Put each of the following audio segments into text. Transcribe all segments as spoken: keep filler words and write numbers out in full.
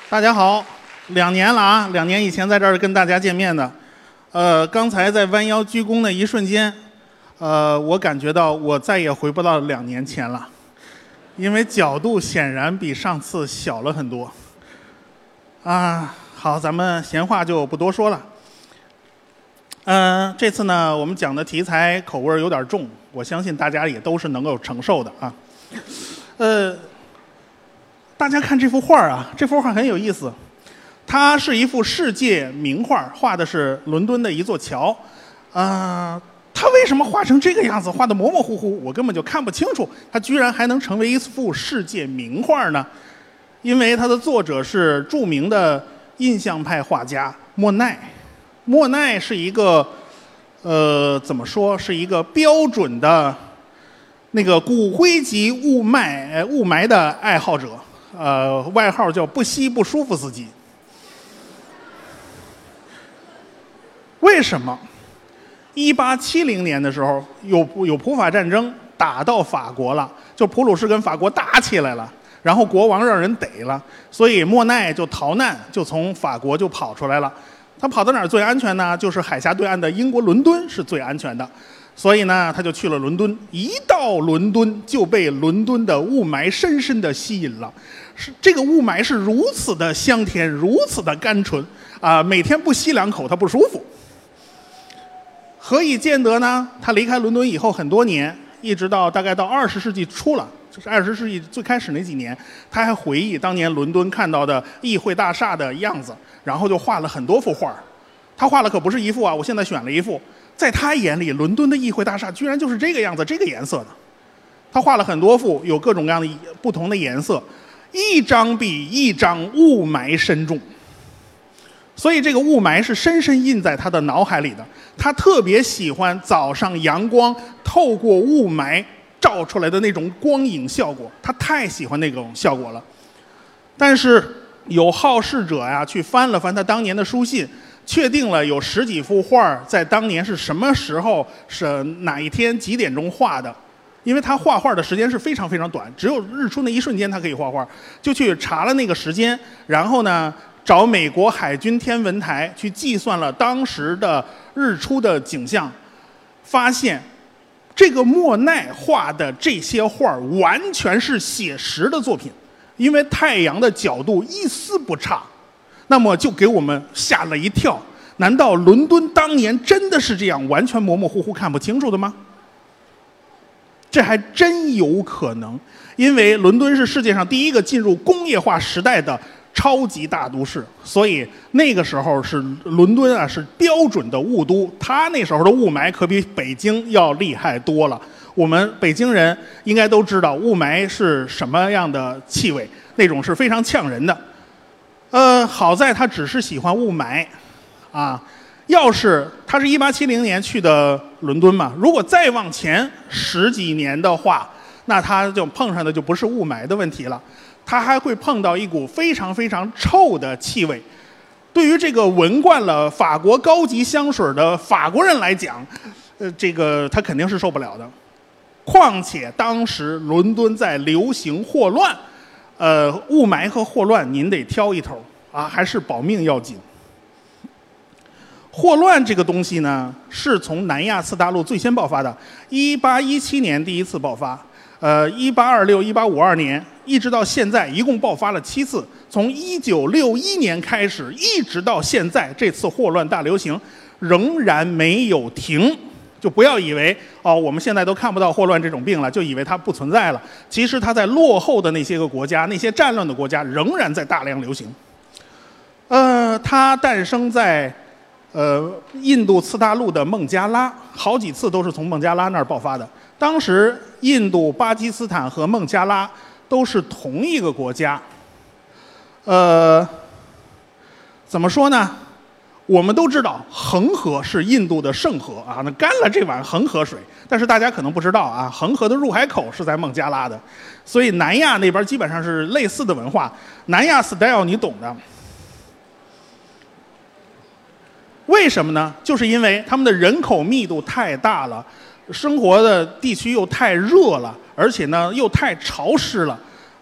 大家好，两年了啊，两年以前在这儿跟大家见面的，呃，刚才在弯腰鞠躬的一瞬间，呃，我感觉到我再也回不到两年前了，因为角度显然比上次小了很多。啊，好，咱们闲话就不多说了。嗯、呃，这次呢，我们讲的题材口味有点重，我相信大家也都是能够承受的啊。呃。大家看这幅画啊，这幅画很有意思，它是一幅世界名画，画的是伦敦的一座桥。啊、呃，它为什么画成这个样子，画的模模糊糊，我根本就看不清楚，它居然还能成为一幅世界名画呢？因为它的作者是著名的印象派画家莫奈。莫奈是一个，呃，怎么说，是一个标准的那个骨灰级雾霾雾霾的爱好者。呃，外号叫不吸不舒服司机。为什么？一八七零年的时候，有有普法战争，打到法国了，就普鲁士跟法国打起来了，然后国王让人逮了，所以莫奈就逃难，就从法国就跑出来了。他跑到哪儿最安全呢？就是海峡对岸的英国伦敦是最安全的。所以呢，他就去了伦敦。一到伦敦，就被伦敦的雾霾深深地吸引了。是这个雾霾是如此的香甜，如此的甘醇啊、呃！每天不吸两口，他不舒服。何以见得呢？他离开伦敦以后很多年，一直到大概到二十世纪初了，就是二十世纪最开始那几年，他还回忆当年伦敦看到的议会大厦的样子，然后就画了很多幅画。他画了可不是一幅啊，我现在选了一幅。在他眼里，伦敦的议会大厦居然就是这个样子，这个颜色的。他画了很多幅，有各种各样的不同的颜色，一张比一张雾霾深重。所以这个雾霾是深深印在他的脑海里的。他特别喜欢早上阳光透过雾霾照出来的那种光影效果，他太喜欢那种效果了。但是有好事者呀，去翻了翻他当年的书信。确定了有十几幅画在当年是什么时候，是哪一天几点钟画的，因为他画画的时间是非常非常短，只有日出那一瞬间他可以画画，就去查了那个时间，然后呢找美国海军天文台去计算了当时的日出的景象，发现这个莫奈画的这些画完全是写实的作品，因为太阳的角度一丝不差。那么就给我们吓了一跳，难道伦敦当年真的是这样完全模模糊糊看不清楚的吗？这还真有可能，因为伦敦是世界上第一个进入工业化时代的超级大都市，所以那个时候是伦敦啊是标准的雾都，它那时候的雾霾可比北京要厉害多了。我们北京人应该都知道雾霾是什么样的气味，那种是非常呛人的。呃，好在他只是喜欢雾霾，啊，要是他是一八七零年去的伦敦嘛，如果再往前十几年的话，那他就碰上的就不是雾霾的问题了，他还会碰到一股非常非常臭的气味。对于这个闻惯了法国高级香水的法国人来讲，呃，这个他肯定是受不了的。况且当时伦敦在流行霍乱。呃，雾霾和霍乱您得挑一头啊，还是保命要紧。霍乱这个东西呢，是从南亚次大陆最先爆发的，一八一七年第一次爆发，呃，一八二六、一八五二年，一直到现在，一共爆发了七次。从一九六一年开始，一直到现在，这次霍乱大流行仍然没有停。就不要以为哦，我们现在都看不到霍乱这种病了，就以为它不存在了。其实它在落后的那些个国家、那些战乱的国家，仍然在大量流行。呃，它诞生在呃印度次大陆的孟加拉，好几次都是从孟加拉那儿爆发的。当时印度、巴基斯坦和孟加拉都是同一个国家。呃，怎么说呢？我们都知道恒河是印度的圣河啊，那干了这碗恒河水。但是大家可能不知道啊，恒河的入海口是在孟加拉的，所以南亚那边基本上是类似的文化。南亚 style 你懂的。为什么呢？就是因为他们的人口密度太大了，生活的地区又太热了，而且呢又太潮湿了。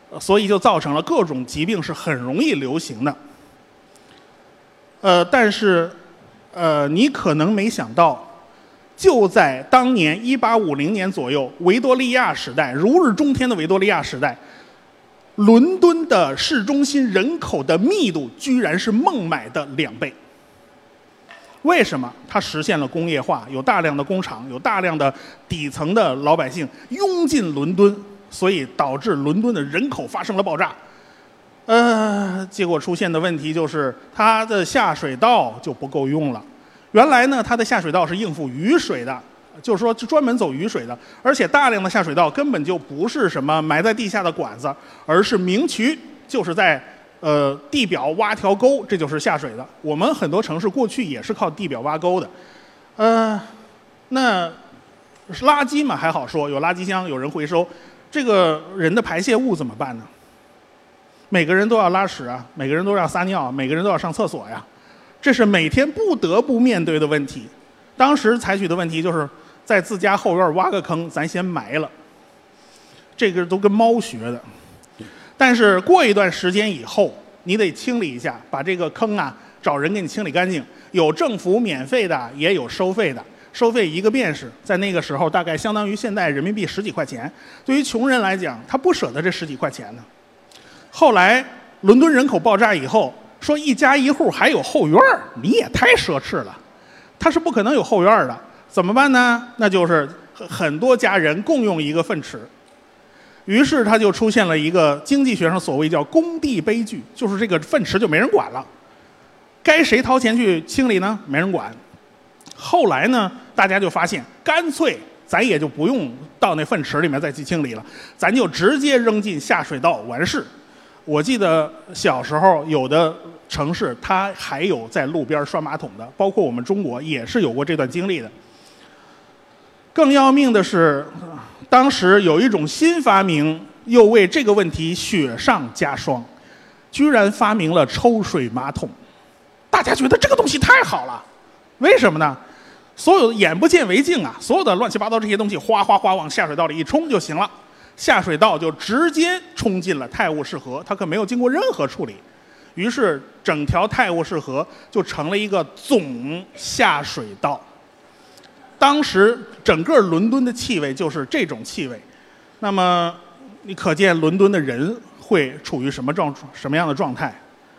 所以就造成了各种疾病是很容易流行的。呃，但是，呃，你可能没想到，就在当年一八五零年左右，维多利亚时代，如日中天的维多利亚时代，伦敦的市中心人口的密度居然是孟买的两倍。为什么？它实现了工业化，有大量的工厂，有大量的底层的老百姓涌进伦敦，所以导致伦敦的人口发生了爆炸。呃，结果出现的问题就是它的下水道就不够用了。原来呢，它的下水道是应付雨水的，就是说专门走雨水的，而且大量的下水道根本就不是什么埋在地下的管子，而是明渠，就是在呃地表挖条沟，这就是下水的。我们很多城市过去也是靠地表挖沟的。呃，那垃圾嘛还好说，有垃圾箱，有人回收。这个人的排泄物怎么办呢？每个人都要拉屎啊，每个人都要撒尿，每个人都要上厕所呀，这是每天不得不面对的问题。当时采取的问题就是在自家后院挖个坑，咱先埋了。这个都跟猫学的。但是过一段时间以后，你得清理一下，把这个坑啊找人给你清理干净。有政府免费的，也有收费的。收费一个便士，在那个时候大概相当于现在人民币十几块钱。对于穷人来讲，他不舍得这十几块钱呢。后来伦敦人口爆炸以后，说一家一户还有后院，你也太奢侈了，他是不可能有后院的。怎么办呢？那就是很多家人共用一个粪池。于是他就出现了一个经济学上所谓叫公地悲剧，就是这个粪池就没人管了，该谁掏钱去清理呢？没人管。后来呢，大家就发现，干脆咱也就不用到那粪池里面再去清理了，咱就直接扔进下水道完事。我记得小时候有的城市，它还有在路边刷马桶的，包括我们中国也是有过这段经历的。更要命的是，当时有一种新发明，又为这个问题雪上加霜，居然发明了抽水马桶。大家觉得这个东西太好了，为什么呢？所有眼不见为净啊，所有的乱七八糟这些东西哗哗哗往下水道里一冲就行了。下水道就直接冲进了泰晤士河，它可没有经过任何处理，于是整条泰晤士河就成了一个总下水道。当时整个伦敦的气味就是这种气味，那么你可见伦敦的人会处于什么状什么样的状态？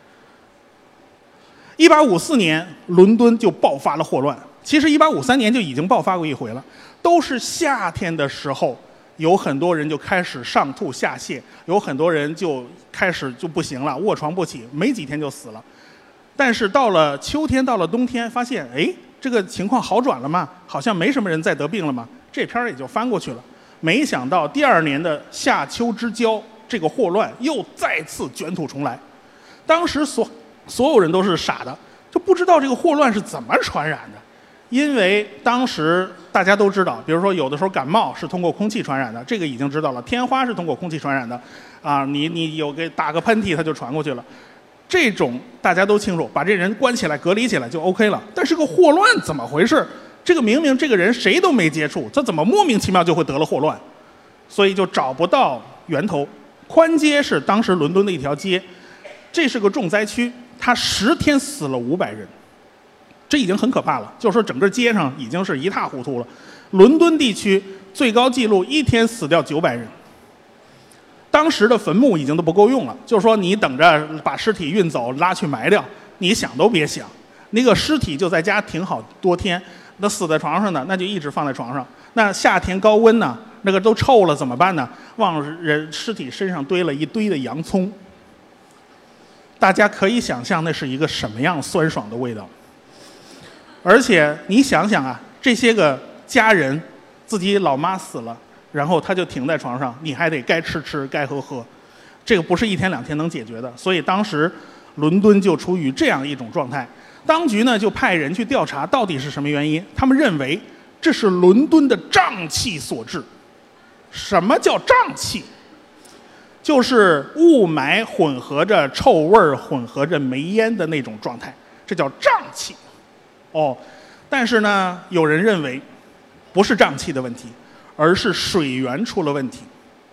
一八五四年，伦敦就爆发了霍乱。其实一八五三年就已经爆发过一回了，都是夏天的时候。有很多人就开始上吐下泻，有很多人就开始就不行了，卧床不起，没几天就死了。但是到了秋天，到了冬天，发现哎，这个情况好转了嘛，好像没什么人再得病了嘛，这篇也就翻过去了。没想到第二年的夏秋之交，这个霍乱又再次卷土重来。当时所所有人都是傻的，就不知道这个霍乱是怎么传染的。因为当时大家都知道，比如说有的时候感冒是通过空气传染的，这个已经知道了。天花是通过空气传染的，啊，你你有个打个喷嚏，它就传过去了。这种大家都清楚，把这人关起来、隔离起来就 OK 了。但是个霍乱怎么回事？这个明明这个人谁都没接触，他怎么莫名其妙就会得了霍乱？所以就找不到源头。宽街是当时伦敦的一条街，这是个重灾区，它十天死了五百人。这已经很可怕了，就是说整个街上已经是一塌糊涂了。伦敦地区最高纪录一天死掉九百人。当时的坟墓已经都不够用了，就是说你等着把尸体运走拉去埋掉，你想都别想。那个尸体就在家停好多天，那死在床上呢，那就一直放在床上。那夏天高温呢，那个都臭了怎么办呢？往人尸体身上堆了一堆的洋葱。大家可以想象那是一个什么样酸爽的味道。而且你想想啊，这些个家人，自己老妈死了，然后他就停在床上，你还得该吃吃，该喝喝，这个不是一天两天能解决的。所以当时伦敦就处于这样一种状态。当局呢就派人去调查到底是什么原因，他们认为这是伦敦的瘴气所致。什么叫瘴气？就是雾霾混合着臭味混合着煤烟的那种状态，这叫瘴气。哦，但是呢，有人认为不是瘴气的问题，而是水源出了问题。为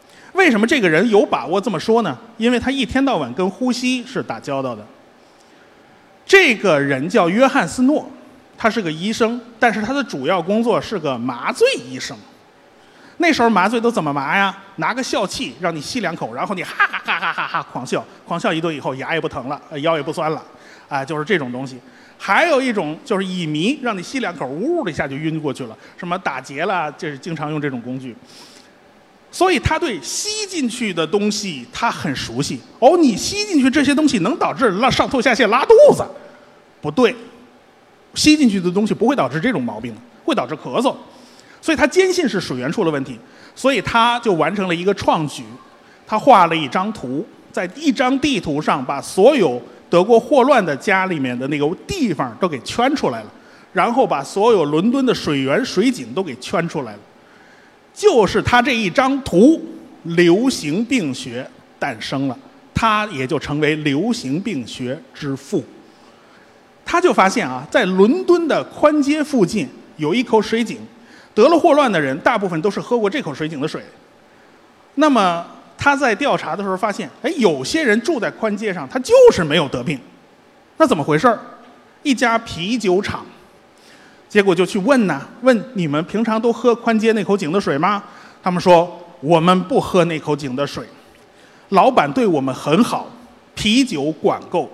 为什么这个人有把握这么说呢？因为他一天到晚跟呼吸是打交道的。这个人叫约翰斯诺，他是个医生，但是他的主要工作是个麻醉医生。那时候麻醉都怎么麻呀？拿个笑气让你吸两口，然后你哈哈哈哈哈哈狂笑，狂笑一顿以后牙也不疼了，腰也不酸了，啊、呃，就是这种东西。还有一种就是乙醚，让你吸两口，呜的一下就晕过去了。什么打结了，这是经常用这种工具。所以他对吸进去的东西他很熟悉。哦，你吸进去这些东西能导致拉上吐下泻拉肚子？不对，吸进去的东西不会导致这种毛病，会导致咳嗽。所以他坚信是水源出了问题，所以他就完成了一个创举，他画了一张图，在一张地图上把所有得过霍乱的家里面的那个地方都给圈出来了，然后把所有伦敦的水源水井都给圈出来了。就是他这一张图，流行病学诞生了，他也就成为流行病学之父。他就发现啊，在伦敦的宽街附近有一口水井，得了霍乱的人大部分都是喝过这口水井的水。那么他在调查的时候发现，哎，有些人住在宽街上，他就是没有得病，那怎么回事？一家啤酒厂，结果就去问呢，问你们平常都喝宽街那口井的水吗？他们说我们不喝那口井的水，老板对我们很好，啤酒管够。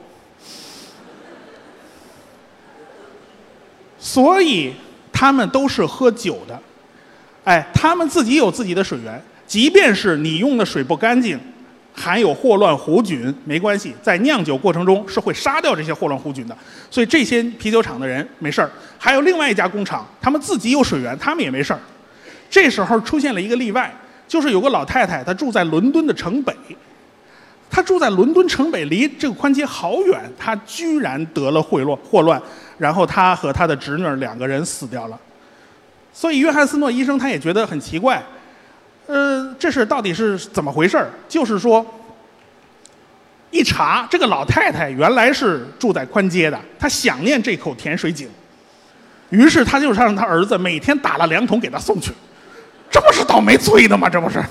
所以他们都是喝酒的，哎，他们自己有自己的水源，即便是你用的水不干净，含有霍乱弧菌，没关系，在酿酒过程中是会杀掉这些霍乱弧菌的，所以这些啤酒厂的人没事儿。还有另外一家工厂，他们自己有水源，他们也没事儿。这时候出现了一个例外，就是有个老太太，她住在伦敦的城北，她住在伦敦城北，离这个宽街好远，她居然得了霍乱，霍乱，然后她和她的侄女两个人死掉了。所以约翰斯诺医生他也觉得很奇怪，呃，这事到底是怎么回事？就是说，一查这个老太太原来是住在宽街的，她想念这口甜水井，于是他就让他儿子每天打了两桶给她送去，这不是倒霉催的吗？这不是。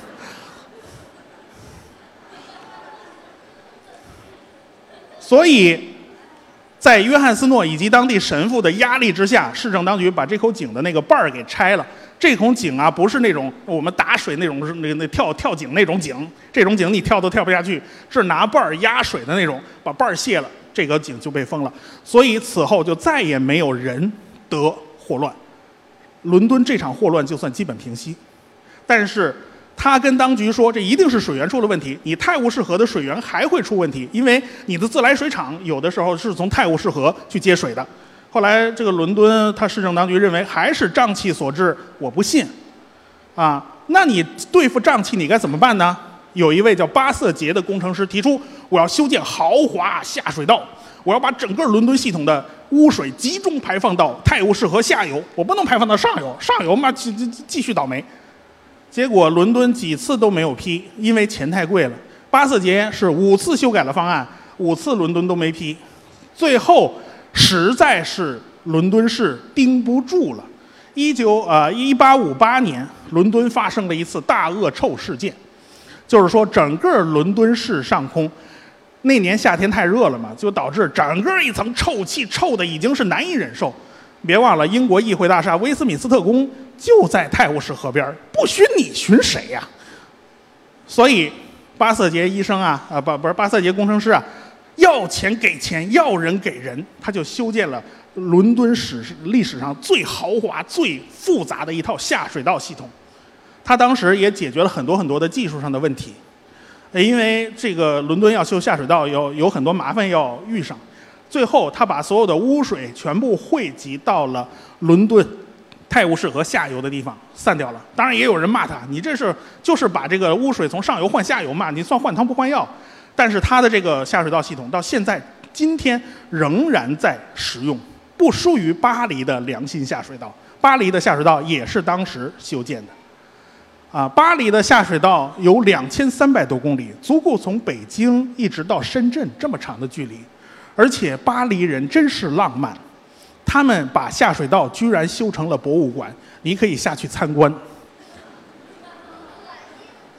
所以，在约翰斯诺以及当地神父的压力之下，市政当局把这口井的那个瓣儿给拆了。这口井啊，不是那种我们打水那种，那个那跳跳井那种井，这种井你跳都跳不下去，是拿瓣儿压水的那种，把瓣儿卸了，这个井就被封了。所以此后就再也没有人得霍乱，伦敦这场霍乱就算基本平息。但是他跟当局说，这一定是水源出了问题，你泰晤士河的水源还会出问题，因为你的自来水厂有的时候是从泰晤士河去接水的。后来这个伦敦他市政当局认为还是瘴气所致，我不信啊，那你对付瘴气你该怎么办呢？有一位叫巴瑟杰的工程师提出，我要修建豪华下水道，我要把整个伦敦系统的污水集中排放到泰晤士河下游，我不能排放到上游，上游嘛继继续倒霉。结果伦敦几次都没有批，因为钱太贵了。巴瑟杰是五次修改了方案，五次伦敦都没批，最后实在是伦敦市盯不住了。一九呃一八五八年，伦敦发生了一次大恶臭事件，就是说整个伦敦市上空，那年夏天太热了嘛，就导致整个一层臭气，臭的已经是难以忍受。别忘了，英国议会大厦威斯敏斯特宫就在泰晤士河边，不寻你寻谁呀、啊？所以巴瑟杰医生啊，啊不不是巴瑟杰工程师啊，要钱给钱，要人给人，他就修建了伦敦史历史上最豪华、最复杂的一套下水道系统。他当时也解决了很多很多的技术上的问题，因为这个伦敦要修下水道有有很多麻烦要遇上。最后，他把所有的污水全部汇集到了伦敦泰晤士河下游的地方散掉了。当然，也有人骂他，你这是就是把这个污水从上游换下游嘛，你算换汤不换药。但是他的这个下水道系统到现在今天仍然在使用，不输于巴黎的良心下水道。巴黎的下水道也是当时修建的。啊，巴黎的下水道有两千三百多公里，足够从北京一直到深圳这么长的距离。而且巴黎人真是浪漫，他们把下水道居然修成了博物馆，你可以下去参观。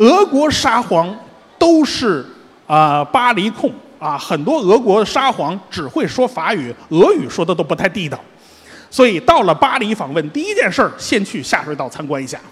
俄国沙皇都是啊、呃、巴黎控啊，很多俄国沙皇只会说法语，俄语说的都不太地道，所以到了巴黎访问，第一件事儿先去下水道参观一下。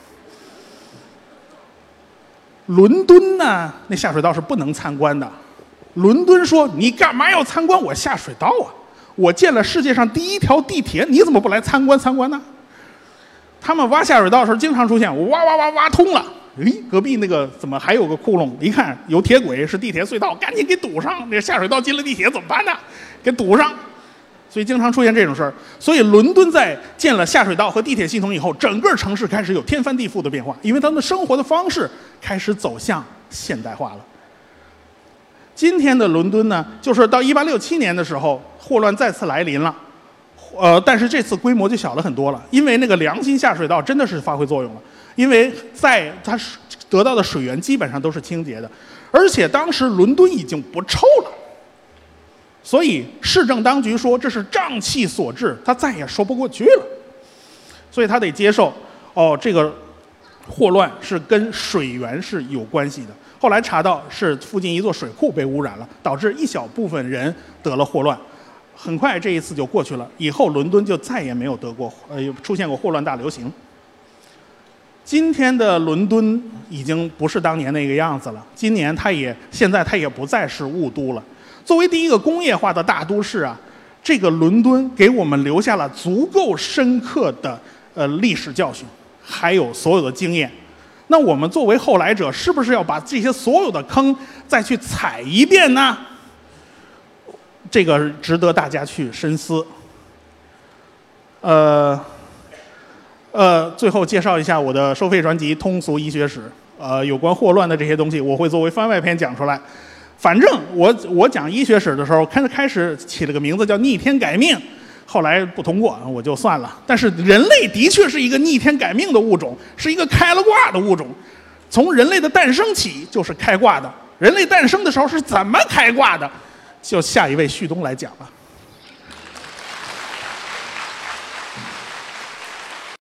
伦敦呢，那下水道是不能参观的。伦敦说：“你干嘛要参观我下水道啊？我建了世界上第一条地铁，你怎么不来参观参观呢？”他们挖下水道的时候，经常出现我挖挖挖挖通了，咦，隔壁那个怎么还有个窟窿？一看有铁轨，是地铁隧道，赶紧给堵上。那下水道进了地铁怎么办呢？给堵上。所以经常出现这种事儿。所以伦敦在建了下水道和地铁系统以后，整个城市开始有天翻地覆的变化，因为他们的生活的方式开始走向现代化了。今天的伦敦呢，就是到一八六七年的时候，霍乱再次来临了，呃，但是这次规模就小了很多了，因为那个良心下水道真的是发挥作用了，因为在它得到的水源基本上都是清洁的，而且当时伦敦已经不臭了，所以市政当局说这是瘴气所致，他再也说不过去了，所以他得接受，哦，这个霍乱是跟水源是有关系的。后来查到是附近一座水库被污染了，导致一小部分人得了霍乱。很快这一次就过去了，以后伦敦就再也没有得过呃出现过霍乱大流行。今天的伦敦已经不是当年那个样子了，今年它也现在它也不再是雾都了。作为第一个工业化的大都市啊，这个伦敦给我们留下了足够深刻的呃历史教训，还有所有的经验。那我们作为后来者，是不是要把这些所有的坑再去踩一遍呢？这个值得大家去深思。呃，呃，最后介绍一下我的收费专辑《通俗医学史》。呃，有关霍乱的这些东西，我会作为番外篇讲出来。反正我我讲医学史的时候，开开始起了个名字叫逆天改命。后来不通过，我就算了。但是人类的确是一个逆天改命的物种，是一个开了挂的物种。从人类的诞生起就是开挂的。人类诞生的时候是怎么开挂的？就下一位旭东来讲了。